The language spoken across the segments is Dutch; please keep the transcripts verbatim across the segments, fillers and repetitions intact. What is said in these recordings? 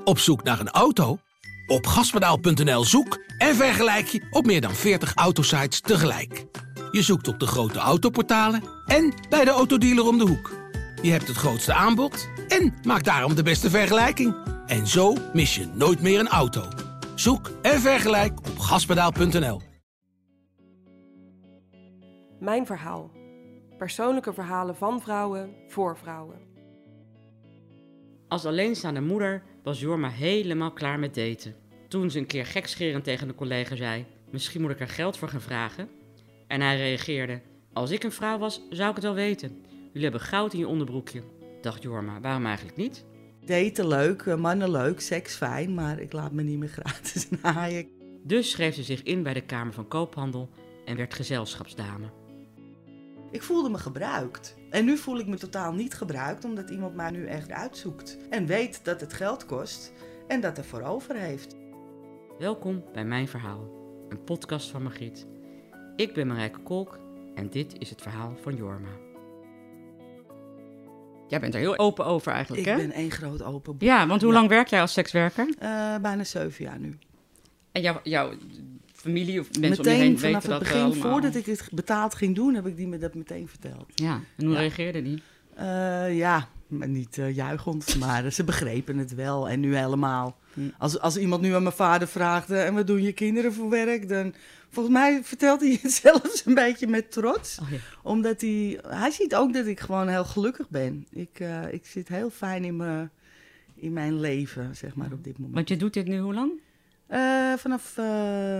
Op zoek naar een auto? Op gaspedaal punt n l zoek en vergelijk je op meer dan veertig autosites tegelijk. Je zoekt op de grote autoportalen en bij de autodealer om de hoek. Je hebt het grootste aanbod en maakt daarom de beste vergelijking. En zo mis je nooit meer een auto. Zoek en vergelijk op gaspedaal punt n l. Mijn verhaal. Persoonlijke verhalen van vrouwen voor vrouwen. Als alleenstaande moeder was Jorma helemaal klaar met daten. Toen ze een keer gekscherend tegen een collega zei: misschien moet ik er geld voor gaan vragen. En hij reageerde: als ik een vrouw was, zou ik het wel weten. Jullie hebben goud in je onderbroekje. Dacht Jorma, waarom eigenlijk niet? Daten leuk, mannen leuk, seks fijn, maar ik laat me niet meer gratis naaien. Dus schreef ze zich in bij de Kamer van Koophandel en werd gezelschapsdame. Ik voelde me gebruikt. En nu voel ik me totaal niet gebruikt, omdat iemand mij nu echt uitzoekt. En weet dat het geld kost en dat er voor over heeft. Welkom bij Mijn Verhaal, een podcast van Margriet. Ik ben Marijke Kolk en dit is het verhaal van Jorma. Jij bent er heel open over eigenlijk, ik hè? Ik ben één groot open boek. Ja, want hoe ja. lang werk jij als sekswerker? Uh, bijna zeven jaar nu. En jouw, jouw familie of mensen meteen, om je heen vanaf weten het dat begin, allemaal? Voordat ik het betaald ging doen, heb ik die me dat meteen verteld. Ja, en hoe ja. reageerde die? Uh, ja, maar niet uh, juichend, maar ze begrepen het wel. En nu helemaal. Hm. Als, als iemand nu aan mijn vader vraagt, uh, en wat doen je kinderen voor werk? Dan, volgens mij vertelt hij het zelfs een beetje met trots. Oh, ja. Omdat hij, hij ziet ook dat ik gewoon heel gelukkig ben. Ik, uh, ik zit heel fijn in, me, in mijn leven, zeg maar, op dit moment. Want je doet dit nu hoe lang? Uh, vanaf, uh,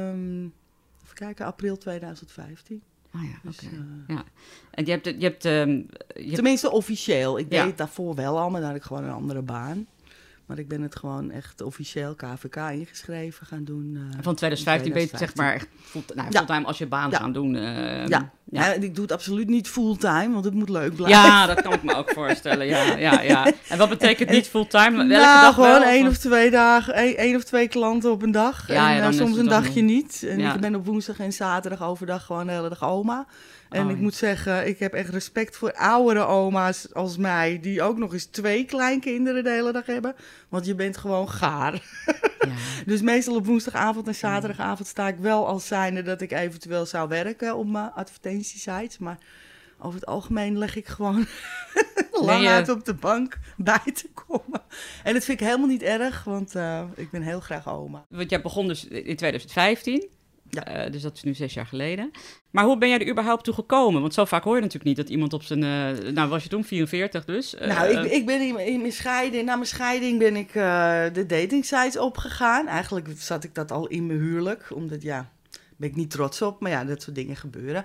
even kijken, april tweeduizend vijftien. Ah ja, dus, oké. Uh, ja. En je hebt, je hebt, uh, je hebt... Tenminste officieel. Ik ja. deed het daarvoor wel al, maar dan had ik gewoon een andere baan. Maar ik ben het gewoon echt officieel K V K ingeschreven gaan doen. Uh, Van tweeduizend vijftien ben je zeg maar echt fulltime, nou, fulltime ja. als je baan ja. gaan doen. Uh, ja. Ja. ja, ik doe het absoluut niet fulltime, want het moet leuk blijven. Ja, dat kan ik me ook voorstellen. Ja, ja, ja. En wat betekent niet fulltime? Welke nou, dag gewoon wel, één of, of twee dagen, één, één of twee klanten op een dag. Ja, en ja, uh, soms een dagje nog... niet. En ja. ik ben op woensdag en zaterdag overdag gewoon de hele dag oma. En oh, ik ja. moet zeggen, ik heb echt respect voor oudere oma's als mij, die ook nog eens twee kleinkinderen de hele dag hebben. Want je bent gewoon gaar. Ja. Dus meestal op woensdagavond en zaterdagavond sta ik wel als zijnde dat ik eventueel zou werken op mijn advertentiesites. Maar over het algemeen leg ik gewoon lang nee, uit op de bank bij te komen. En dat vind ik helemaal niet erg, want uh, ik ben heel graag oma. Want jij begon dus in tweeduizend vijftien. Ja. Uh, dus dat is nu zes jaar geleden. Maar hoe ben jij er überhaupt toe gekomen? Want zo vaak hoor je natuurlijk niet dat iemand op zijn... Uh, nou, was je toen vierenveertig dus? Uh, nou, ik, ik ben in, in mijn scheiding... Na mijn scheiding ben ik uh, de datingsites opgegaan. Eigenlijk zat ik dat al in mijn huwelijk. Omdat, ja, ben ik niet trots op. Maar ja, dat soort dingen gebeuren.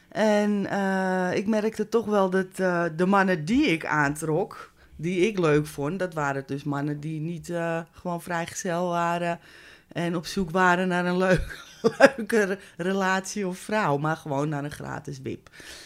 En uh, ik merkte toch wel dat uh, de mannen die ik aantrok... die ik leuk vond... dat waren dus mannen die niet uh, gewoon vrijgezel waren... en op zoek waren naar een leuk... leuke relatie of vrouw, maar gewoon naar een gratis wip.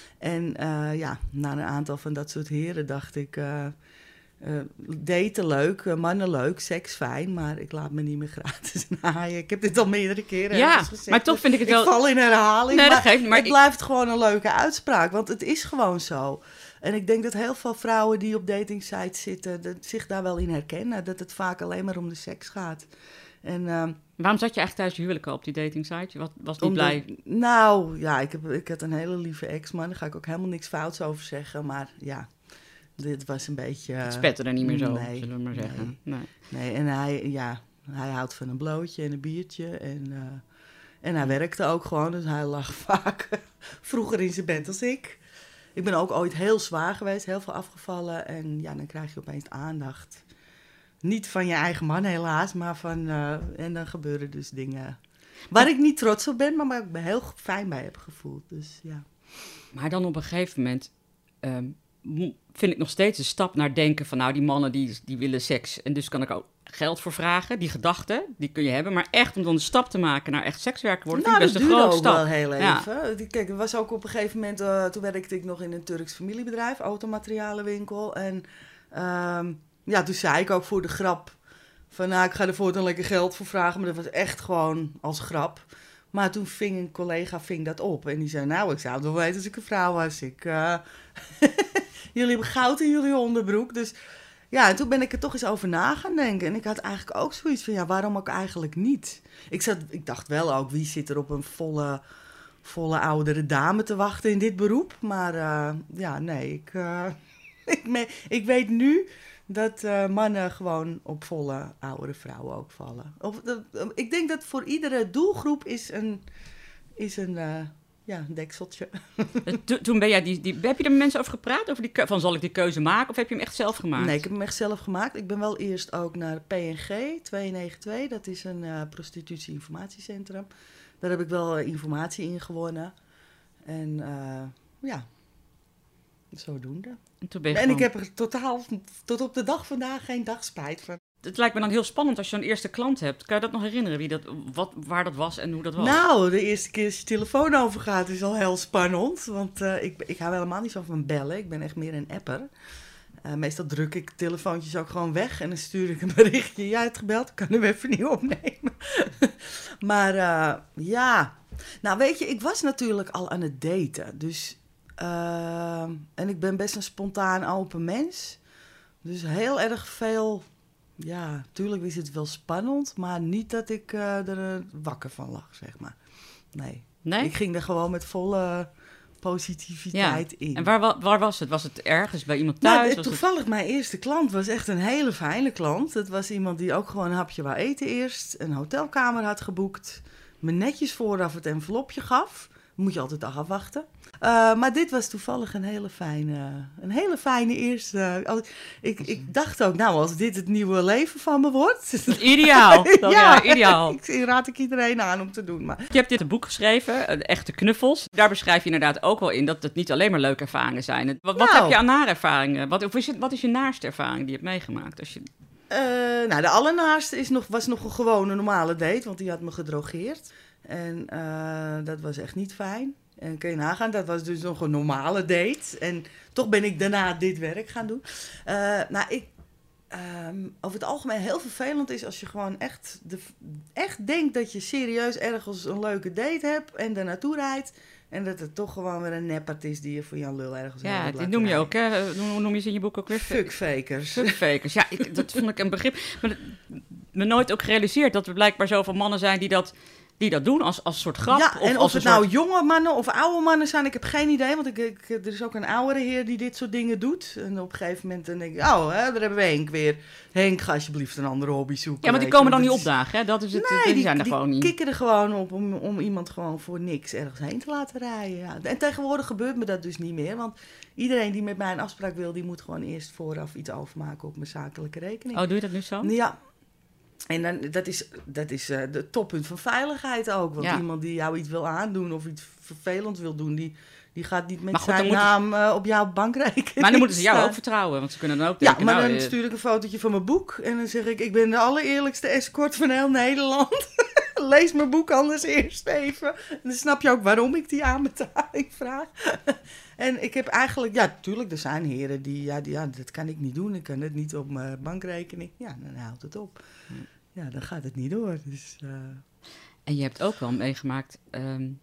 En uh, ja, na een aantal van dat soort heren dacht ik... Uh, uh, daten leuk, uh, mannen leuk, seks fijn... maar ik laat me niet meer gratis naaien. Ik heb dit al meerdere keren ja, gezegd. Maar toch vind ik het wel... Ik val in herhaling, nee, maar dat geeft, maar het ik... blijft gewoon een leuke uitspraak. Want het is gewoon zo. En ik denk dat heel veel vrouwen die op datingsites zitten... Dat zich daar wel in herkennen. Dat het vaak alleen maar om de seks gaat. En... Uh, Waarom zat je eigenlijk tijdens je huwelijk al op die datingsite? Je was, was niet Omdat, blij? Nou, ja, ik, heb, ik had een hele lieve ex-man. Daar ga ik ook helemaal niks fouts over zeggen. Maar ja, dit was een beetje... Het spette er niet meer zo, nee, zullen we maar zeggen. Nee, nee. nee en hij, ja, hij houdt van een blootje en een biertje. En, uh, en hij werkte ook gewoon, dus hij lag vaak vroeger in zijn bed als ik. Ik ben ook ooit heel zwaar geweest, heel veel afgevallen. En ja, dan krijg je opeens aandacht. Niet van je eigen man helaas, maar van... Uh, en dan gebeuren dus dingen waar ik niet trots op ben, maar waar ik me heel fijn bij heb gevoeld. Dus ja. Maar dan op een gegeven moment um, vind ik nog steeds een stap naar denken van... nou, die mannen die, die willen seks en dus kan ik ook geld voor vragen. Die gedachten, die kun je hebben. Maar echt om dan de stap te maken naar echt sekswerker worden, nou, vind ik best een grote stap. Dat duurde ook wel heel even. Ja. Kijk, er was ook op een gegeven moment... Uh, toen werkte ik nog in een Turks familiebedrijf, automaterialenwinkel. En... Um, ja, toen zei ik ook voor de grap van, nou, ik ga er voortaan lekker geld voor vragen. Maar dat was echt gewoon als grap. Maar toen ving een collega ving dat op. En die zei, nou, ik zou het wel weten als ik een vrouw was. Ik, uh... jullie hebben goud in jullie onderbroek. Dus Ja, en toen ben ik er toch eens over na gaan denken. En ik had eigenlijk ook zoiets van, ja, waarom ook eigenlijk niet? Ik, zat, ik dacht wel ook, wie zit er op een volle, volle oudere dame te wachten in dit beroep? Maar uh, ja, nee, ik, uh, ik, me, ik weet nu dat uh, mannen gewoon op volle oudere vrouwen ook vallen. Of, uh, ik denk dat voor iedere doelgroep is een, is een, uh, ja, een dekseltje. To, toen ben jij die, die, heb je er met mensen over gepraat? Over die, keu- van zal ik die keuze maken? Of heb je hem echt zelf gemaakt? Nee, ik heb hem echt zelf gemaakt. Ik ben wel eerst ook naar P N G tweehonderdnegenentwintig. Dat is een uh, prostitutie-informatiecentrum. Daar heb ik wel uh, informatie in gewonnen. En uh, ja, zodoende. En, toen ben je en gewoon... ik heb er totaal tot op de dag vandaag geen dag spijt van. Het lijkt me dan heel spannend als je een eerste klant hebt. Kan je dat nog herinneren? Wie dat, wat, waar dat was en hoe dat was? Nou, de eerste keer als je telefoon overgaat is al heel spannend. Want uh, ik, ik hou helemaal niet zo van bellen. Ik ben echt meer een apper. Uh, meestal druk ik telefoontjes ook gewoon weg. En dan stuur ik een berichtje. Jij hebt gebeld, ik kan hem even niet opnemen. maar uh, ja, nou weet je, ik was natuurlijk al aan het daten. Dus, uh, en ik ben best een spontaan open mens. Dus heel erg veel... Ja, tuurlijk is het wel spannend, maar niet dat ik uh, er uh, wakker van lag, zeg maar. Nee. nee? Ik ging er gewoon met volle positiviteit ja. in. En waar, waar was het? Was het ergens bij iemand thuis? Nou, was toevallig het... mijn eerste klant was echt een hele fijne klant. Het was iemand die ook gewoon een hapje wou eten eerst, een hotelkamer had geboekt, me netjes vooraf het envelopje gaf. Moet je altijd afwachten. Uh, maar dit was toevallig een hele fijne, een hele fijne eerste... Uh, ik, ik dacht ook, nou, als dit het nieuwe leven van me wordt... Ideaal. Dan, ja, ja, ideaal. Ik raad ik iedereen aan om te doen. Maar... Je hebt dit een boek geschreven, Echte Knuffels. Daar beschrijf je inderdaad ook wel in dat het niet alleen maar leuke ervaringen zijn. Wat, wat nou, heb je aan nare ervaringen? Wat, of is het, wat is je naarste ervaring die je hebt meegemaakt? Als je... uh, nou, de allernaarste is nog, was nog een gewone normale date, want die had me gedrogeerd. En uh, dat was echt niet fijn. En kun je nagaan, dat was dus nog een normale date. En toch ben ik daarna dit werk gaan doen. Uh, nou, ik, um, over het algemeen heel vervelend is als je gewoon echt, de, echt denkt dat je serieus ergens een leuke date hebt en daar naartoe rijdt. En dat het toch gewoon weer een neppert is die je voor Jan Lul ergens ja, die noem je rijden. Ook, hè? Hoe noem je ze in je boek ook weer? Fuckfakers. Fuckfakers, ja, ik, dat vond ik een begrip. Maar me nooit ook gerealiseerd dat er blijkbaar zoveel mannen zijn die dat... Die dat doen als, als soort grap. Ja, of en als of het soort... nou jonge mannen of oude mannen zijn, ik heb geen idee. Want ik, ik, er is ook een oudere heer die dit soort dingen doet. En op een gegeven moment dan denk ik, oh, hè, daar hebben we Henk weer. Henk, ga alsjeblieft een andere hobby zoeken. Ja, maar die komen dan niet opdagen, hè? Dat is het, nee, die, die zijn er die gewoon niet. Die kikken er gewoon op om, om iemand gewoon voor niks ergens heen te laten rijden. Ja. En tegenwoordig gebeurt me dat dus niet meer. Want iedereen die met mij een afspraak wil, die moet gewoon eerst vooraf iets overmaken op mijn zakelijke rekening. Oh, doe je dat nu zo? Ja. En dan, dat is, dat is uh, de toppunt van veiligheid ook. Want ja. iemand die jou iets wil aandoen of iets vervelends wil doen... die, die gaat niet met goed, zijn naam uh, op jouw bankrekening Maar dan moeten ze jou staan. ook vertrouwen, want ze kunnen dan ook Ja, denken... maar nou, dan uh... stuur ik een fotootje van mijn boek... en dan zeg ik, ik ben de allereerlijkste escort van heel Nederland. Lees mijn boek anders eerst even. En dan snap je ook waarom ik die aanbetaling vraag. En ik heb eigenlijk... Ja, natuurlijk, er zijn heren die... Ja, die, ja, dat kan ik niet doen. Ik kan het niet op mijn bankrekening. Ja, dan houdt het op. Ja, dan gaat het niet door. Dus, uh... En je hebt ook wel meegemaakt um,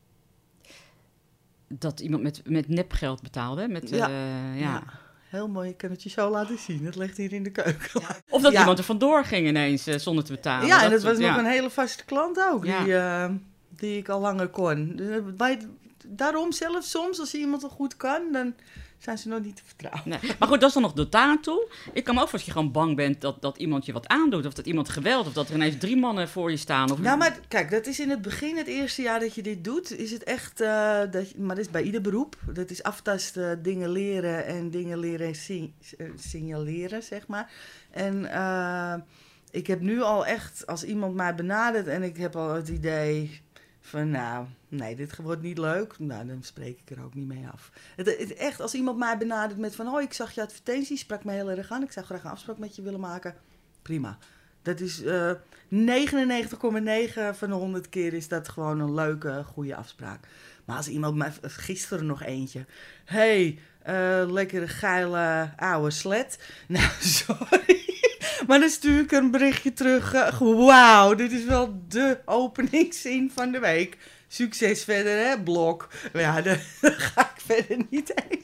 dat iemand met, met nepgeld betaalde. Met, ja. Uh, ja. ja, heel mooi. Ik kan het je zo laten zien. Het ligt hier in de keuken. Ja. Of dat ja. iemand er vandoor ging ineens uh, zonder te betalen. Ja, dat, en dat was ja. nog een hele vaste klant ook. Ja. Die, uh, die ik al langer kon. Dus bij, daarom zelfs soms, als je iemand al goed kan, dan zijn ze nog niet te vertrouwen. Nee. Maar goed, dat is dan nog de daartoe. Ik kan me ook voor als je gewoon bang bent dat, dat iemand je wat aandoet. Of dat iemand geweld. Of dat er ineens drie mannen voor je staan. Of... Nou, maar kijk, dat is in het begin, het eerste jaar dat je dit doet, is het echt, uh, dat je, maar dat is bij ieder beroep. Dat is aftasten, dingen leren en dingen leren si- signaleren, zeg maar. En uh, ik heb nu al echt, als iemand mij benadert en ik heb al het idee van, nou, nee, dit wordt niet leuk. Nou, dan spreek ik er ook niet mee af. Het, het, echt, als iemand mij benadert met van, oh, ik zag je advertentie, sprak me heel erg aan. Ik zou graag een afspraak met je willen maken. Prima. Dat is uh, negenennegentig komma negen van de honderd keer is dat gewoon een leuke, goede afspraak. Maar als iemand mij, gisteren nog eentje, hey, uh, lekkere geile oude slet. Nou, sorry. Maar dan stuur ik een berichtje terug. Uh, Wauw, dit is wel de openingszin van de week. Succes verder, hè, blok. Maar ja, dan ga ik verder niet eens.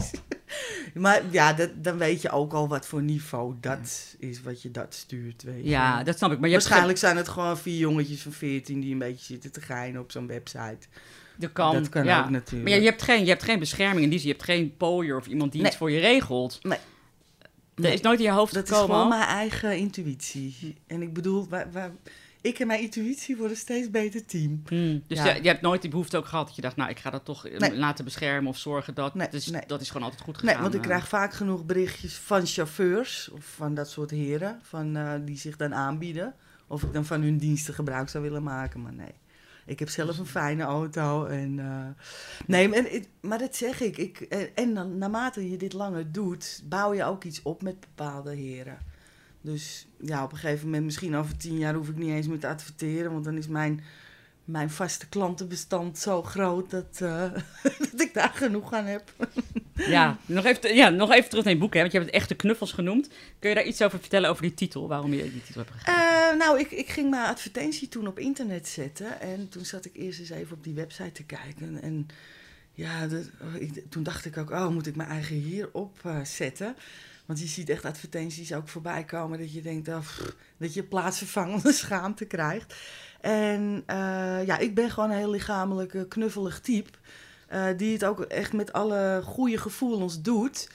Maar ja, dat, dan weet je ook al wat voor niveau dat is wat je dat stuurt. Weet je. Ja, dat snap ik. Maar je Waarschijnlijk zijn het gewoon vier jongetjes van veertien die een beetje zitten te geinen op zo'n website. Dat kan, dat kan ja. ook natuurlijk. Maar ja, je, hebt geen, je hebt geen bescherming in die zin. Je hebt geen pooier of iemand die Nee. iets voor je regelt. Nee. Dat Nee. is nooit in je hoofd Dat is gekomen. gewoon al? mijn eigen intuïtie. En ik bedoel, waar, waar, ik en mijn intuïtie worden steeds beter team. Hmm. Dus Ja. je, je hebt nooit die behoefte ook gehad dat je dacht, nou, ik ga dat toch eh, Nee. laten beschermen of zorgen dat. Nee, dus nee. dat is gewoon altijd goed gegaan. Nee, want ik eh. krijg vaak genoeg berichtjes van chauffeurs of van dat soort heren, van, uh, die zich dan aanbieden. Of ik dan van hun diensten gebruik zou willen maken, maar nee. Ik heb zelf een fijne auto en... Uh, nee, maar, maar dat zeg ik. ik en, en dan, naarmate je dit langer doet, bouw je ook iets op met bepaalde heren. Dus ja, op een gegeven moment, misschien over tien jaar hoef ik niet eens meer te adverteren, want dan is mijn, mijn vaste klantenbestand zo groot dat, uh, dat ik daar genoeg aan heb. Ja, nog even, ja, nog even terug naar je boek, hè, want je hebt het Echte Knuffels genoemd. Kun je daar iets over vertellen over die titel, waarom je die titel hebt gegeven? Uh, nou, ik, ik ging mijn advertentie toen op internet zetten en toen zat ik eerst eens even op die website te kijken. En ja, dat, ik, toen dacht ik ook, oh, moet ik mijn eigen hierop uh, zetten? Want je ziet echt advertenties ook voorbij komen dat je denkt, oh, pff, dat je plaatsvervangende schaamte krijgt. En uh, ja, ik ben gewoon een heel lichamelijk knuffelig type. Uh, die het ook echt met alle goede gevoelens doet.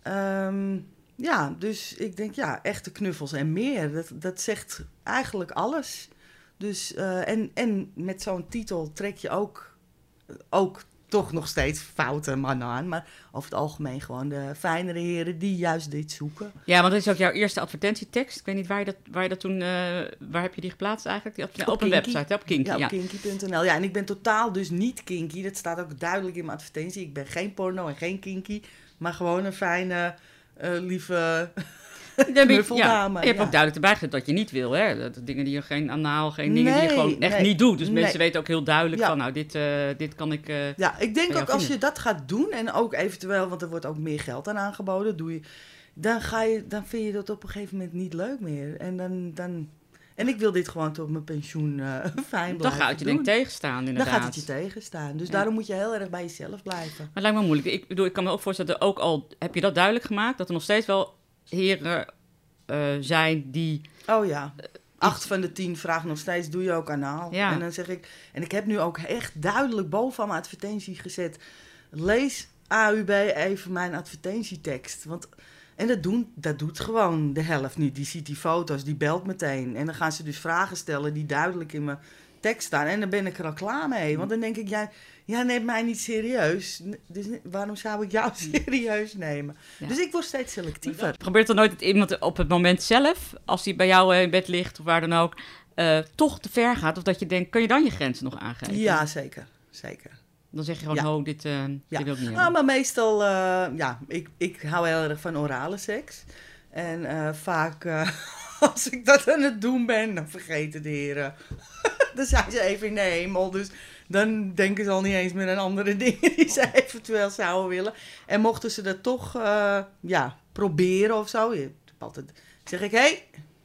Um, ja, dus ik denk, ja, echte knuffels en meer. Dat, dat zegt eigenlijk alles. Dus, uh, en, en met zo'n titel trek je ook, ook toch nog steeds foute mannen aan. Maar over het algemeen gewoon de fijnere heren die juist dit zoeken. Ja, want dat is ook jouw eerste advertentietekst. Ik weet niet waar je dat, waar je dat toen... Uh, waar heb je die geplaatst eigenlijk? Die adver- op, op een website, hè? Op Kinky. Ja, op ja. kinky punt n l. Ja, en ik ben totaal dus niet kinky. Dat staat ook duidelijk in mijn advertentie. Ik ben geen porno en geen kinky. Maar gewoon een fijne, uh, lieve... knuffeldame. Ja, je hebt ja. ook duidelijk erbij gezet dat je niet wil, hè? Dat, dingen die je geen anaal, geen dingen Nee, die je gewoon echt nee, niet doet. Dus nee. mensen weten ook heel duidelijk Ja. van, nou, dit, uh, dit kan ik... Uh, Ja, ik denk Ja, ook als vinden. je dat gaat doen en ook eventueel, want er wordt ook meer geld aan aangeboden, doe je, dan, ga je, dan vind je dat op een gegeven moment niet leuk meer. En, dan, dan, en ik wil dit gewoon tot mijn pensioen uh, fijn dan blijven gaat het je doen. denk ik tegenstaan, Dan inderdaad. gaat het je tegenstaan. Dus Ja. daarom moet je heel erg bij jezelf blijven. Maar het lijkt me moeilijk. Ik bedoel, ik kan me ook voorstellen dat er ook al... Heb je dat duidelijk gemaakt? Dat er nog steeds wel heren uh, zijn die... Oh ja. Acht van de tien vragen nog steeds, doe je ook anaal? Ja. En dan zeg ik, en ik heb nu ook echt duidelijk bovenaan mijn advertentie gezet, lees A U B even mijn advertentietekst. Want, en dat, doen, dat doet gewoon de helft niet. Die ziet die foto's, die belt meteen. En dan gaan ze dus vragen stellen die duidelijk in mijn tekst staan. En dan ben ik er al klaar mee. Want dan denk ik, jij, jij neemt mij niet serieus. Dus waarom zou ik jou serieus nemen? Ja. Dus ik word steeds selectiever. Probeert er nooit dat iemand op het moment zelf, als hij bij jou in bed ligt of waar dan ook, uh, toch te ver gaat? Of dat je denkt, kun je dan je grenzen nog aangeven? Ja, zeker. Zeker. Dan zeg je gewoon, Ja. oh, dit, uh, Ja. dit wil ik niet Ah, hebben. maar meestal, uh, ja, ik, ik hou heel erg van orale seks. En uh, vaak, uh, als ik dat aan het doen ben, dan vergeten de heren. Dan zijn ze even in de hemel, dus dan denken ze al niet eens meer aan andere dingen die ze eventueel zouden willen. En mochten ze dat toch, uh, ja, proberen of zo, je, altijd zeg ik, hé, hey,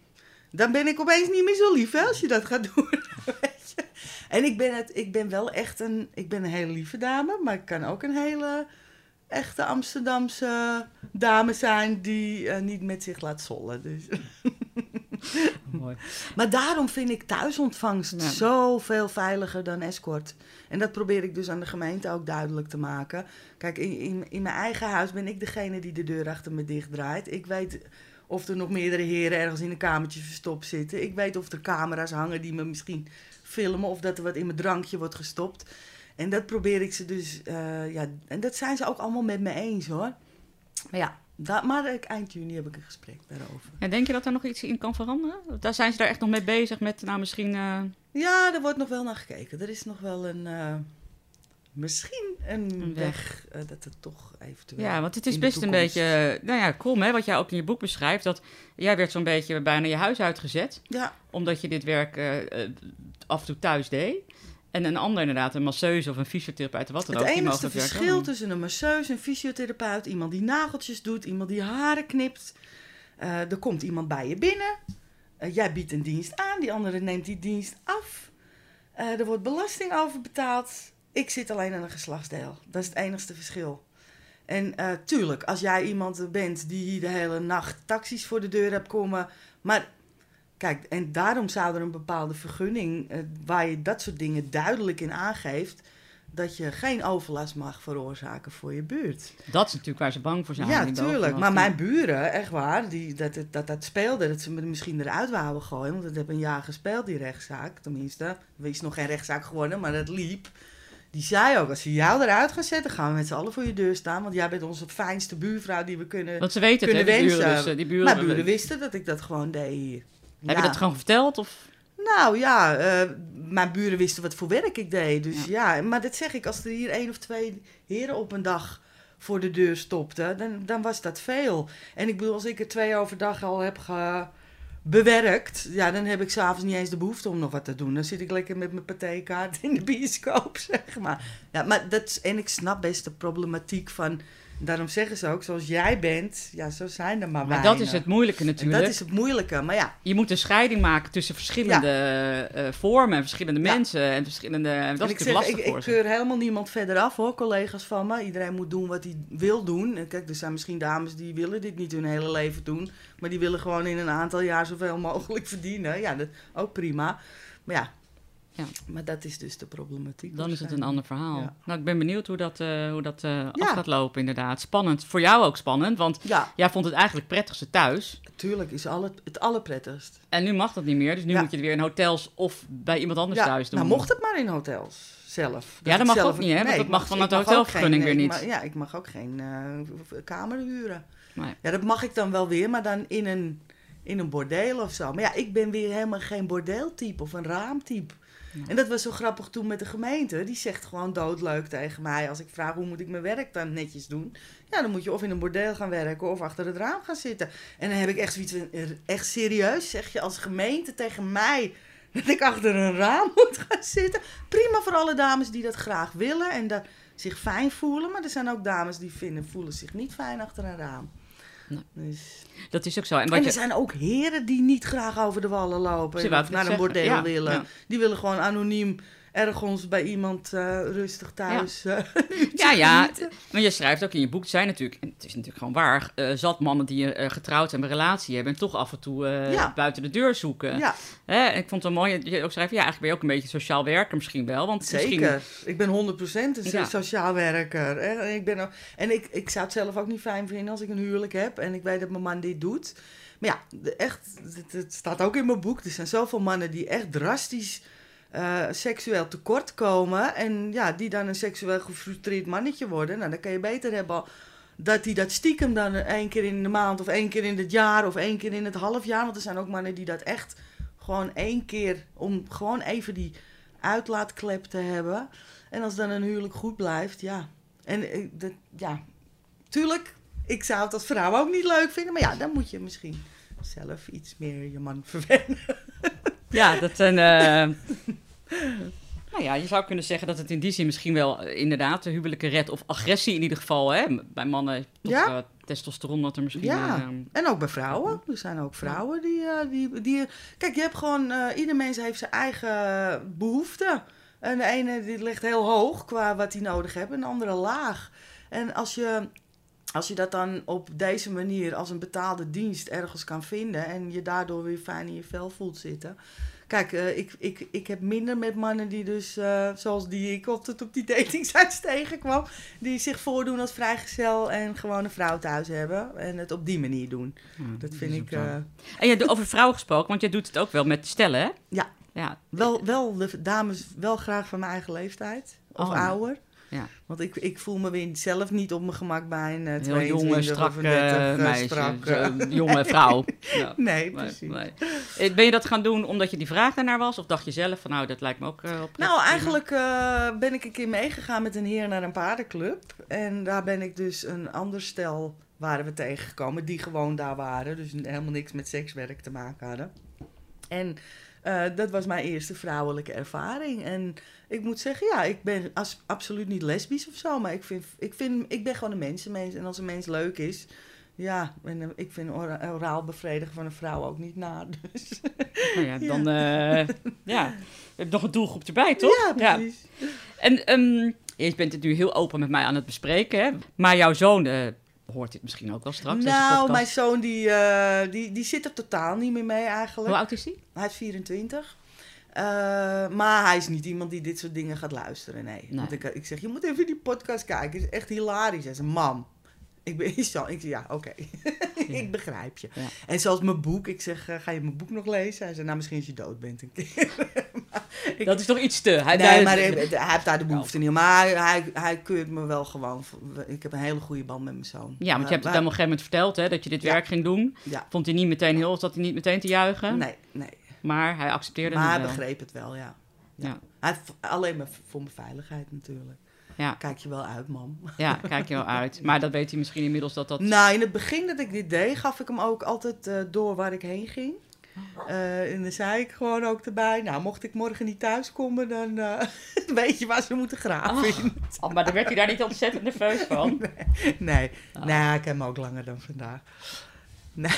dan ben ik opeens niet meer zo lief, hè, als je dat gaat doen. Weet je? En ik ben, het, ik ben wel echt een, ik ben een hele lieve dame, maar ik kan ook een hele echte Amsterdamse dame zijn die uh, niet met zich laat zollen. Dus. Mooi. Maar daarom vind ik thuisontvangst Ja. zoveel veiliger dan escort. En dat probeer ik dus aan de gemeente ook duidelijk te maken. Kijk, in, in, in mijn eigen huis ben ik degene die de deur achter me dicht draait. Ik weet of er nog meerdere heren ergens in een kamertje verstopt zitten. Ik weet of er camera's hangen die me misschien filmen of dat er wat in mijn drankje wordt gestopt. En dat probeer ik ze dus, uh, ja, en dat zijn ze ook allemaal met me eens hoor. Maar ja, dat, maar eind juni heb ik een gesprek daarover. Ja, denk je dat daar nog iets in kan veranderen? Daar zijn ze daar echt nog mee bezig met, nou misschien... Uh... Ja, er wordt nog wel naar gekeken. Er is nog wel een, uh, misschien een, Een weg, weg uh, dat het toch eventueel... Ja, want het is in de best een toekomst- beetje, nou ja, krom hè, wat jij ook in je boek beschrijft. Dat jij werd zo'n beetje bijna je huis uitgezet, Ja, omdat je dit werk uh, uh, af en toe thuis deed. En een ander inderdaad, een masseuse of een fysiotherapeut, wat dan het ook. die enige mogen het werk wel verschil doen. tussen een masseuse, een fysiotherapeut, iemand die nageltjes doet, iemand die haren knipt. Uh, er komt iemand bij je binnen. Uh, jij biedt een dienst aan, die andere neemt die dienst af. Uh, er wordt belasting over betaald. Ik zit alleen aan een geslachtsdeel. Dat is het enigste verschil. En uh, tuurlijk, als jij iemand bent die hier de hele nacht taxis voor de deur hebt komen. Maar kijk, en daarom zou er een bepaalde vergunning, uh, waar je dat soort dingen duidelijk in aangeeft, dat je geen overlast mag veroorzaken voor je buurt. Dat is natuurlijk waar ze bang voor zijn. Ja, tuurlijk. Maar mijn buren, echt waar, die, dat, dat, dat dat speelde, dat ze me misschien eruit wouden gooien. Want dat heb een jaar gespeeld, die rechtszaak. Tenminste, er is nog geen rechtszaak geworden, maar dat liep. Die zei ook, als ze jou eruit gaan zetten, gaan we met z'n allen voor je deur staan. Want jij bent onze fijnste buurvrouw die we kunnen Want ze weten het, hè, die buren. Dus, uh, die buren, mijn buren wisten dat ik dat gewoon deed hier. Heb ja. je dat gewoon verteld? Of? Nou ja, uh, mijn buren wisten wat voor werk ik deed. Dus ja. ja, maar dat zeg ik, als er hier één of twee heren op een dag voor de deur stopten, dan, dan was dat veel. En ik bedoel, als ik er twee overdag al heb ge... bewerkt, ja, dan heb ik s'avonds niet eens de behoefte om nog wat te doen. Dan zit ik lekker met mijn partijkaart in de bioscoop, zeg maar. Ja, maar dat, en ik snap best de problematiek van, daarom zeggen ze ook, zoals jij bent, ja, zo zijn er maar weinig. Maar dat is het moeilijke natuurlijk. En dat is het moeilijke, maar ja. Je moet een scheiding maken tussen verschillende ja. uh, vormen en verschillende ja. mensen en verschillende, en dat en is ik natuurlijk zeg, lastig ik, voor ik ze. keur helemaal niemand verder af, hoor, collega's van me. Iedereen moet doen wat hij wil doen. En kijk, er zijn misschien dames die willen dit niet hun hele leven doen, maar die willen gewoon in een aantal jaar zoveel mogelijk verdienen. Ja, dat ook prima. Maar ja, ja. maar dat is dus de problematiek. Dan is het een ander verhaal. Ja. Nou, ik ben benieuwd hoe dat, uh, hoe dat uh, ja. af gaat lopen, inderdaad. Spannend. Voor jou ook spannend, want ja. jij vond het eigenlijk prettigste thuis. Tuurlijk is alle, het allerprettigst. En nu mag dat niet meer, dus nu ja. moet je het weer in hotels of bij iemand anders ja. thuis doen. Nou, mocht het maar in hotels zelf. Dat ja, dat mag zelf... ook niet, hè? Want nee, dat mag mag, van het mag hotelvergunning geen, weer niet. Ik mag, ja, ik mag ook geen uh, kamer huren. Nee. Ja, dat mag ik dan wel weer, maar dan in een, in een bordeel of zo. Maar ja, ik ben weer helemaal geen bordeeltype of een raamtype. Ja. En dat was zo grappig toen met de gemeente. Die zegt gewoon doodleuk tegen mij. Als ik vraag hoe moet ik mijn werk dan netjes doen. Ja, dan moet je of in een bordeel gaan werken of achter het raam gaan zitten. En dan heb ik echt zoiets van, echt serieus zeg je als gemeente tegen mij dat ik achter een raam moet gaan zitten. Prima voor alle dames die dat graag willen en daar zich fijn voelen. Maar er zijn ook dames die vinden, voelen zich niet fijn achter een raam. Nee. Dus... Dat is ook zo. En, wat en er je... zijn ook heren die niet graag over de wallen lopen en of naar een bordeel ja, willen. Ja. Die willen gewoon anoniem ergens bij iemand uh, rustig thuis. Ja, uh, ja, ja. Maar je schrijft ook in je boek, zijn natuurlijk, en het is natuurlijk gewoon waar, uh, zat mannen die uh, getrouwd en een relatie hebben en toch af en toe uh, ja. buiten de deur zoeken. Ja. Hè? En ik vond het wel mooi, je ook schrijft, ja, eigenlijk ben je ook een beetje sociaal werker misschien wel. Want Zeker, misschien... ik ben honderd procent een ja. sociaal werker. Hè? En, ik, ben ook, en ik, ik zou het zelf ook niet fijn vinden als ik een huwelijk heb en ik weet dat mijn man dit doet. Maar ja, echt, het, het staat ook in mijn boek, er zijn zoveel mannen die echt drastisch Uh, seksueel tekort komen en ja, die dan een seksueel gefrustreerd mannetje worden. Nou, dan kan je beter hebben dat die dat stiekem dan één keer in de maand of één keer in het jaar of één keer in het half jaar, want er zijn ook mannen die dat echt gewoon één keer om gewoon even die uitlaatklep te hebben. En als dan een huwelijk goed blijft, ja. En uh, dat, ja, tuurlijk, ik zou het als vrouw ook niet leuk vinden, maar ja, dan moet je misschien zelf iets meer je man verwennen. Ja, dat een... Uh... Nou ja, je zou kunnen zeggen dat het in die zin misschien wel uh, inderdaad de huwelijke red of agressie in ieder geval, hè, bij mannen toch ja. uh, testosteron dat er misschien... Ja, uh, en ook bij vrouwen. Er zijn ook vrouwen die... Uh, die, die kijk, je hebt gewoon... Uh, ieder mens heeft zijn eigen behoeften. En de ene die ligt heel hoog qua wat hij nodig heeft en de andere laag. En als je... Als je dat dan op deze manier als een betaalde dienst ergens kan vinden en je daardoor weer fijn in je vel voelt zitten. Kijk, uh, ik, ik, ik heb minder met mannen die dus, uh, zoals die ik altijd op die datingsites tegenkwam, die zich voordoen als vrijgezel en gewoon een vrouw thuis hebben en het op die manier doen. Ja, dat, dat vind ik... Uh... En je hebt over vrouwen gesproken, want jij doet het ook wel met stellen, hè? Ja, ja. Wel, wel de dames wel graag van mijn eigen leeftijd of oh, ouder. Ja. Want ik, ik voel me weer zelf niet op mijn gemak bij een uh, tweeëntwintig jonge, strak, of dertig uh, meisje, strak, uh, jonge vrouw. Ja. Nee, precies. Nee, nee. Ben je dat gaan doen omdat je die vraag daarnaar was? Of dacht je zelf van nou, dat lijkt me ook uh, op? Nou, eigenlijk uh, ben ik een keer meegegaan met een heer naar een paardenclub. En daar ben ik dus een ander stel waren we tegengekomen die gewoon daar waren. Dus helemaal niks met sekswerk te maken hadden. En uh, dat was mijn eerste vrouwelijke ervaring. En ik moet zeggen, ja, ik ben as, absoluut niet lesbisch of zo. Maar ik, vind, ik, vind, ik ben gewoon een mensenmens. En als een mens leuk is, ja, en, uh, ik vind ora, oraal bevredigen van een vrouw ook niet naar. Dus. Nou ja, dan uh, ja, je hebt nog een doelgroep erbij, toch? Ja, precies. Ja. En um, Je bent het nu heel open met mij aan het bespreken, hè? Maar jouw zoon uh, hoort dit misschien ook wel straks. Nou, mijn zoon die, uh, die, die zit er totaal niet meer mee eigenlijk. Hoe oud is hij? Hij is vierentwintig. Uh, maar hij is niet iemand die dit soort dingen gaat luisteren, nee. nee. Want ik, ik zeg, je moet even die podcast kijken. Het is echt hilarisch. Hij zegt, mam, ik ben zo. Ik zeg, ja, oké. Okay. Ja. Ik begrijp je. Ja. En zoals mijn boek. Ik zeg, uh, ga je mijn boek nog lezen? Hij zei, nou, misschien als je dood bent een keer. ik, dat is toch iets te... Hij, nee, hij, maar hij, hij heeft daar de behoefte niet. Maar hij, hij, hij keurt me wel gewoon. Ik heb een hele goede band met mijn zoon. Ja, want je hebt het hem op een gegeven moment verteld, hè, dat je dit ja. werk ging doen. Ja. Vond hij niet meteen heel... Zat hij niet meteen te juichen? Nee, nee. Maar hij accepteerde maar het wel. Maar hij begreep het wel, ja. ja. ja. Hij, alleen maar voor mijn veiligheid natuurlijk. Ja. Kijk je wel uit, mam. Ja, kijk je wel uit. Maar dat weet hij misschien inmiddels dat dat... Nou, in het begin dat ik dit deed, gaf ik hem ook altijd uh, door waar ik heen ging. Uh, en dan zei ik gewoon ook erbij, nou, mocht ik morgen niet thuiskomen, dan uh, weet je waar ze moeten graven. Oh. Oh, maar dan werd hij daar niet ontzettend nerveus van? Nee, nee. Oh. Nou, ik heb hem ook langer dan vandaag. Nee.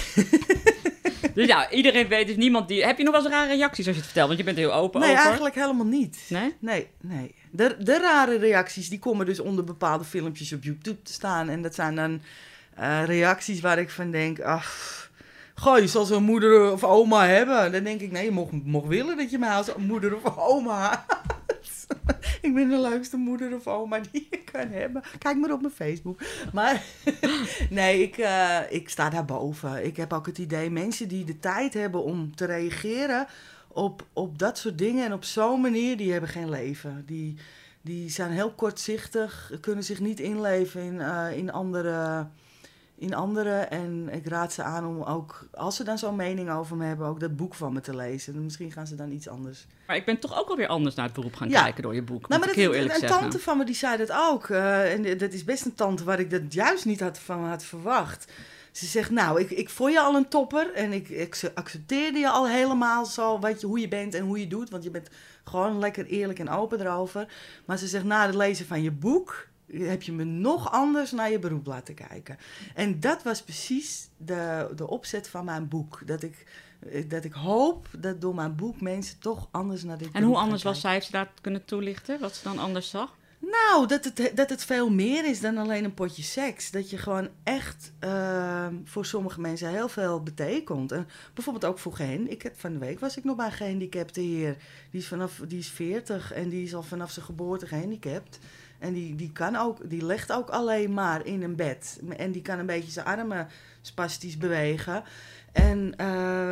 Dus ja, iedereen weet, dus niemand die... Heb je nog wel eens rare reacties als je het vertelt? Want je bent heel open nee, over. Nee, eigenlijk helemaal niet. Nee? Nee, nee. De, de rare reacties, die komen dus onder bepaalde filmpjes op YouTube te staan. En dat zijn dan uh, reacties waar ik van denk... ach, goh, je zal zo'n moeder of oma hebben. Dan denk ik, nee, je mocht, mocht willen dat je mij als moeder of oma had. Ik ben de leukste moeder of oma die je kan hebben. Kijk maar op mijn Facebook. Maar nee, ik, uh, ik sta daarboven. Ik heb ook het idee, mensen die de tijd hebben om te reageren op, op dat soort dingen en op zo'n manier, die hebben geen leven. Die, die zijn heel kortzichtig, kunnen zich niet inleven in, uh, in andere... in anderen. En ik raad ze aan om ook, als ze dan zo'n mening over me hebben, ook dat boek van me te lezen. En misschien gaan ze dan iets anders. Maar ik ben toch ook alweer anders naar het beroep gaan ja. kijken door je boek. Nou, maar ik dat, heel eerlijk een zeggen. tante van me die zei dat ook. Uh, en dat is best een tante waar ik dat juist niet had van had verwacht. Ze zegt, nou, ik, ik vond je al een topper. En ik, ik accepteerde je al helemaal zo, weet je, hoe je bent en hoe je doet. Want je bent gewoon lekker eerlijk en open erover. Maar ze zegt, na het lezen van je boek heb je me nog anders naar je beroep laten kijken. En dat was precies de, de opzet van mijn boek. Dat ik, dat ik hoop dat door mijn boek mensen toch anders naar dit en beroep hoe anders gaan was zij? Heeft ze dat kunnen toelichten? Wat ze dan anders zag? Nou, dat het, dat het veel meer is dan alleen een potje seks. Dat je gewoon echt uh, voor sommige mensen heel veel betekent. En bijvoorbeeld ook voor Gen. Ik heb van de week was ik nog bij een gehandicapte heer. Die is, vanaf, die is veertig en die is al vanaf zijn geboorte gehandicapt. En die, die, kan ook, die legt ook alleen maar in een bed. En die kan een beetje zijn armen spastisch bewegen. En uh,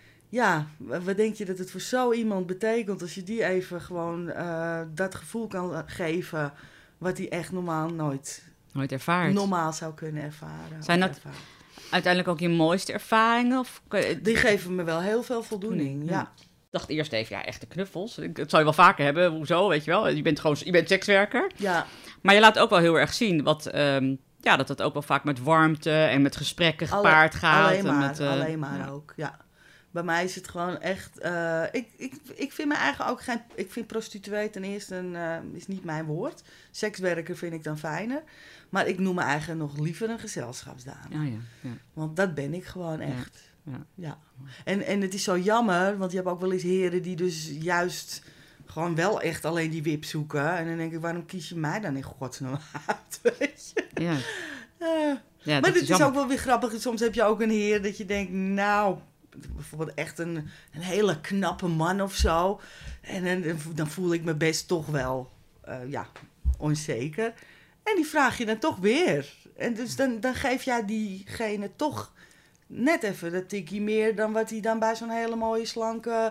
ja, wat denk je dat het voor zo iemand betekent als je die even gewoon uh, dat gevoel kan geven wat hij echt normaal nooit, nooit ervaart. normaal zou kunnen ervaren. Zijn dat ervaren. Uiteindelijk ook je mooiste ervaringen? Of... Die geven me wel heel veel voldoening, ja. ja. Ik dacht eerst even, ja, echte knuffels. Dat zou je wel vaker hebben. Hoezo, weet je wel? Je bent gewoon, je bent sekswerker. Ja. Maar je laat ook wel heel erg zien wat, um, ja, dat het ook wel vaak met warmte en met gesprekken gepaard Alle, gaat. Alleen maar, met, uh, alleen maar ja. ook, ja. Bij mij is het gewoon echt... Uh, ik, ik, ik vind me eigenlijk ook geen... Ik vind prostituee ten eerste een, uh, is niet mijn woord. Sekswerker vind ik dan fijner. Maar ik noem me eigenlijk nog liever een gezelschapsdame. Ja, ja, ja. Want dat ben ik gewoon echt. Ja. Ja. Ja. En, en het is zo jammer, want je hebt ook wel eens heren die dus juist gewoon wel echt alleen die wip zoeken. En dan denk ik, waarom kies je mij dan in godsnaam uit, weet je? Ja. Uh, ja, maar het is, is ook wel weer grappig. Soms heb je ook een heer dat je denkt, nou, bijvoorbeeld echt een, een hele knappe man of zo. En dan, dan voel ik me best toch wel, uh, ja, onzeker. En die vraag je dan toch weer. En dus dan, dan geef jij diegene toch net even dat tikkie meer dan wat hij dan bij zo'n hele mooie, slanke,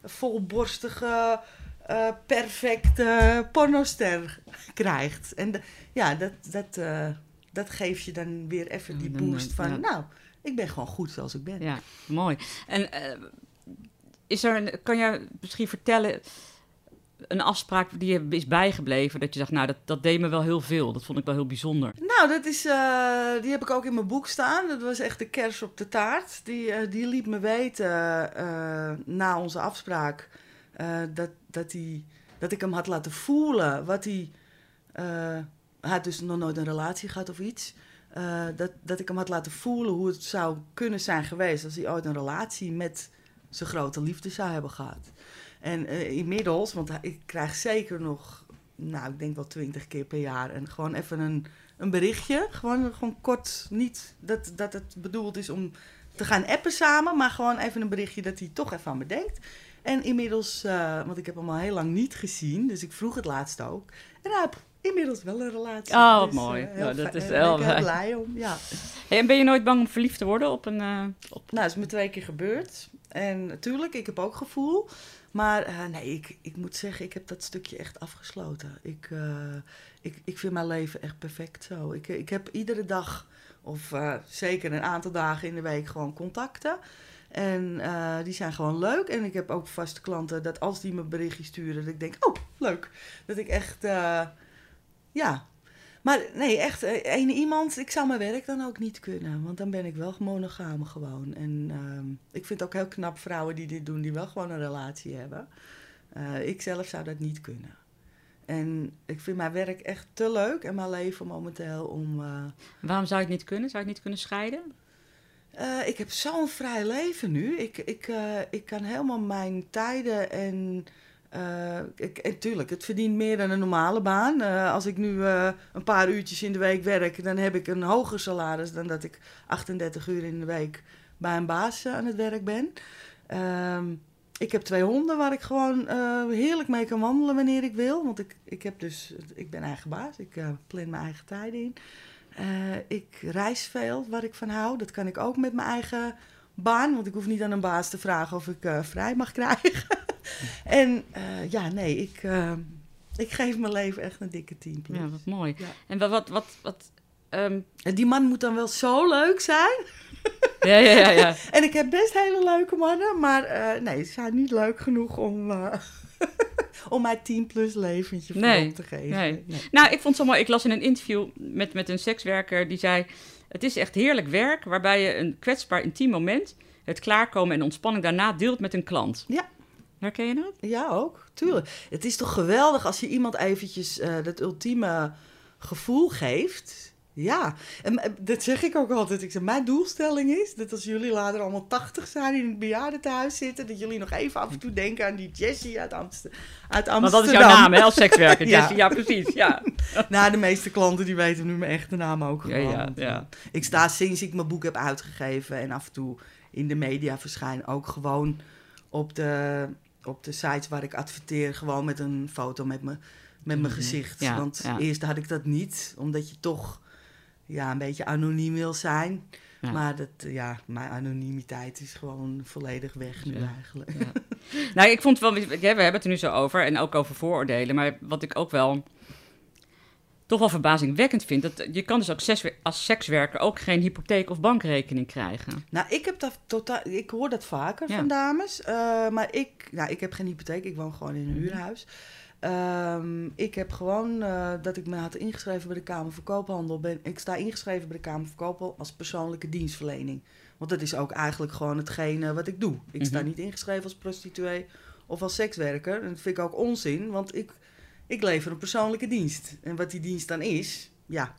volborstige, uh, perfecte pornoster krijgt. En de, ja, dat, dat, uh, dat geeft je dan weer even die boost van, ja. nou, ik ben gewoon goed zoals ik ben. Ja, mooi. En uh, is er een, kan je misschien vertellen een afspraak die je is bijgebleven, dat je zegt, nou, dat, dat deed me wel heel veel. Dat vond ik wel heel bijzonder. Nou, dat is, uh, die heb ik ook in mijn boek staan. Dat was echt de kers op de taart. Die, uh, die liet me weten, uh, na onze afspraak, uh, dat, dat, die, dat ik hem had laten voelen wat hij... Uh, hij had dus nog nooit een relatie gehad of iets. Uh, dat, dat ik hem had laten voelen hoe het zou kunnen zijn geweest als hij ooit een relatie met zijn grote liefde zou hebben gehad. En uh, inmiddels, want ik krijg zeker nog nou, ik denk wel twintig keer per jaar. En gewoon even een, een berichtje. Gewoon, gewoon kort, niet dat, dat het bedoeld is om te gaan appen samen, maar gewoon even een berichtje dat hij toch even aan me denkt. En inmiddels, uh, want ik heb hem al heel lang niet gezien, dus ik vroeg het laatst ook. En hij heeft inmiddels wel een relatie. Oh, wat dus, mooi. Uh, heel ja, dat fijn, is daar wel ben ik heel blij om, ja. Hey, en ben je nooit bang om verliefd te worden op een... Uh, op... Nou, dat is me twee keer gebeurd. En natuurlijk, ik heb ook gevoel. Maar uh, nee, ik, ik moet zeggen, ik heb dat stukje echt afgesloten. Ik, uh, ik, ik vind mijn leven echt perfect zo. Ik, ik heb iedere dag, of uh, zeker een aantal dagen in de week, gewoon contacten. En uh, die zijn gewoon leuk. En ik heb ook vaste klanten dat als die me berichtjes sturen, dat ik denk, oh, leuk. Dat ik echt, uh, ja... Maar nee, echt, één iemand, ik zou mijn werk dan ook niet kunnen. Want dan ben ik wel monogaam gewoon. En um, ik vind het ook heel knap vrouwen die dit doen, die wel gewoon een relatie hebben. Uh, ik zelf zou dat niet kunnen. En ik vind mijn werk echt te leuk en mijn leven momenteel om... Uh, Waarom zou je het niet kunnen? Zou je het niet kunnen scheiden? Uh, ik heb zo'n vrij leven nu. Ik, ik, uh, ik kan helemaal mijn tijden en... Uh, ik, en tuurlijk, het verdient meer dan een normale baan. Uh, als ik nu uh, een paar uurtjes in de week werk, dan heb ik een hoger salaris dan dat ik achtendertig uur in de week bij een baas uh, aan het werk ben. Uh, ik heb twee honden waar ik gewoon uh, heerlijk mee kan wandelen wanneer ik wil. Want ik, ik, heb dus, ik ben eigen baas, ik uh, plan mijn eigen tijden in. Uh, ik reis veel, waar ik van hou. Dat kan ik ook met mijn eigen baan, want ik hoef niet aan een baas te vragen of ik uh, vrij mag krijgen. En uh, ja, nee, ik, uh, ik geef mijn leven echt een dikke tien plus. Ja, wat mooi. Ja. En wat... wat, wat, wat um... En die man moet dan wel zo leuk zijn. Ja, ja, ja, ja. En ik heb best hele leuke mannen, maar uh, nee, ze zijn niet leuk genoeg om... Uh, om mijn tien plus leventje nee, op te geven. Nee. Nee. Nou, ik vond het zo mooi. Ik las in een interview met, met een sekswerker die zei... Het is echt heerlijk werk waarbij je een kwetsbaar intiem moment... het klaarkomen en ontspanning daarna deelt met een klant. Ja. Herken je dat? Ja, ook. Tuurlijk. Het is toch geweldig als je iemand eventjes uh, dat ultieme gevoel geeft... Ja, en dat zeg ik ook altijd. Ik zeg, mijn doelstelling is dat als jullie later allemaal tachtig zijn in het bejaardentehuis zitten, dat jullie nog even af en toe denken aan die Jessie uit, Amst- uit Amsterdam. Want dat is jouw naam, hè, als sekswerker, Jessie. Ja. Ja, precies, ja. Nou, de meeste klanten die weten nu mijn echte naam ook gewoon. Ja, ja, ja. Ik sta sinds ik mijn boek heb uitgegeven en af en toe in de media verschijn, ook gewoon op de, op de sites waar ik adverteer, gewoon met een foto met, me, met mijn gezicht. Ja, Want ja. eerst had ik dat niet, omdat je toch... ja, een beetje anoniem wil zijn. Ja. Maar dat, ja, mijn anonimiteit is gewoon volledig weg nu ja. eigenlijk. Ja. Nou, ik vond wel... Ja, we hebben het er nu zo over en ook over vooroordelen. Maar wat ik ook wel toch wel verbazingwekkend vind... dat je kan dus ook ses, als sekswerker ook geen hypotheek of bankrekening krijgen. Nou, ik heb dat totaal... Ik hoor dat vaker ja. van dames. Uh, maar ik... Nou, ik heb geen hypotheek. Ik woon gewoon in een huurhuis. Um, ik heb gewoon uh, dat ik me had ingeschreven bij de Kamer van Koophandel. Ben, ik sta ingeschreven bij de Kamer van Koophandel als persoonlijke dienstverlening. Want dat is ook eigenlijk gewoon hetgene wat ik doe. Ik mm-hmm. sta niet ingeschreven als prostituee of als sekswerker. En dat vind ik ook onzin, want ik, ik lever een persoonlijke dienst. En wat die dienst dan is, ja.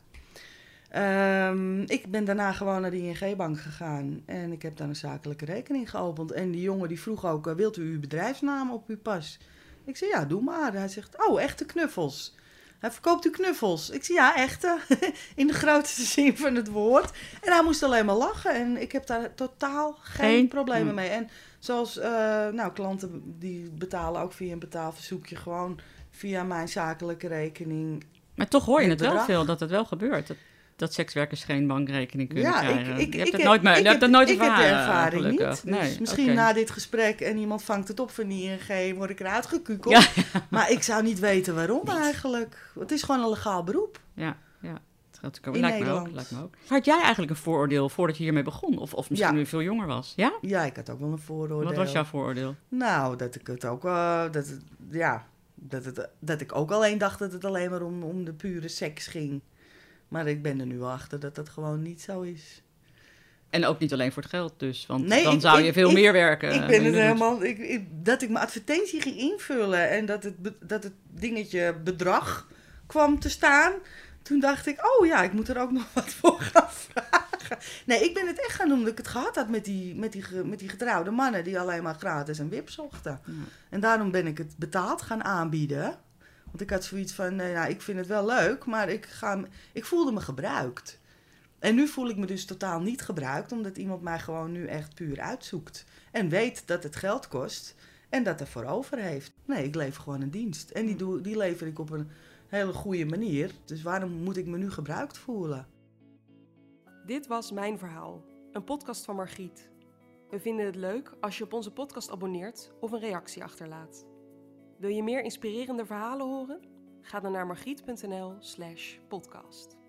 Um, ik ben daarna gewoon naar de I N G-bank gegaan. En ik heb daar een zakelijke rekening geopend. En die jongen die vroeg ook, uh, wilt u uw bedrijfsnaam op uw pas? Ik zei, ja, doe maar. Hij zegt, oh, echte knuffels. Hij verkoopt u knuffels. Ik zei, ja, echte. In de grootste zin van het woord. En hij moest alleen maar lachen. En ik heb daar totaal geen, geen? problemen mee. En zoals, uh, nou, klanten die betalen ook via een betaalverzoekje. Gewoon via mijn zakelijke rekening. Maar toch hoor je het, het wel veel dat het wel gebeurt. Dat, dat sekswerkers geen bankrekening kunnen ja, krijgen. Ik, ik, je hebt ik, het nooit, me, ik, je hebt het nooit ik ervaren, heb de ervaring gelukkig. niet. Dus nee, misschien okay. na dit gesprek en iemand vangt het op van de I N G, word ik eruit gekukeld. Ja, ja. Maar ik zou niet weten waarom niet. eigenlijk. Het is gewoon een legaal beroep. Ja, ja. Dat geldt ook. Lijkt me ook, lijkt me ook. Had jij eigenlijk een vooroordeel voordat je hiermee begon? Of, of misschien ja. nu je veel jonger was? Ja? Ja, ik had ook wel een vooroordeel. Wat was jouw vooroordeel? Nou, dat ik het ook... Uh, dat het, ja, dat, het, dat ik ook alleen dacht dat het alleen maar om, om de pure seks ging. Maar ik ben er nu achter dat dat gewoon niet zo is. En ook niet alleen voor het geld dus, want nee, dan ik, zou je ik, veel ik, meer werken. Ik ben het helemaal... Ik, ik, dat ik mijn advertentie ging invullen en dat het, dat het dingetje bedrag kwam te staan... Toen dacht ik, oh ja, ik moet er ook nog wat voor gaan vragen. Nee, ik ben het echt gaan doen dat ik het gehad had met die, met die, met die getrouwde mannen... die alleen maar gratis een wip zochten. Ja. En daarom ben ik het betaald gaan aanbieden... Want ik had zoiets van, nee, nou, ik vind het wel leuk, maar ik, ga, ik voelde me gebruikt. En nu voel ik me dus totaal niet gebruikt, omdat iemand mij gewoon nu echt puur uitzoekt. En weet dat het geld kost en dat er voor over heeft. Nee, ik lever gewoon een dienst. En die, doe, die lever ik op een hele goede manier. Dus waarom moet ik me nu gebruikt voelen? Dit was Mijn Verhaal, een podcast van Margriet. We vinden het leuk als je op onze podcast abonneert of een reactie achterlaat. Wil je meer inspirerende verhalen horen? Ga dan naar margriet punt n l slash podcast.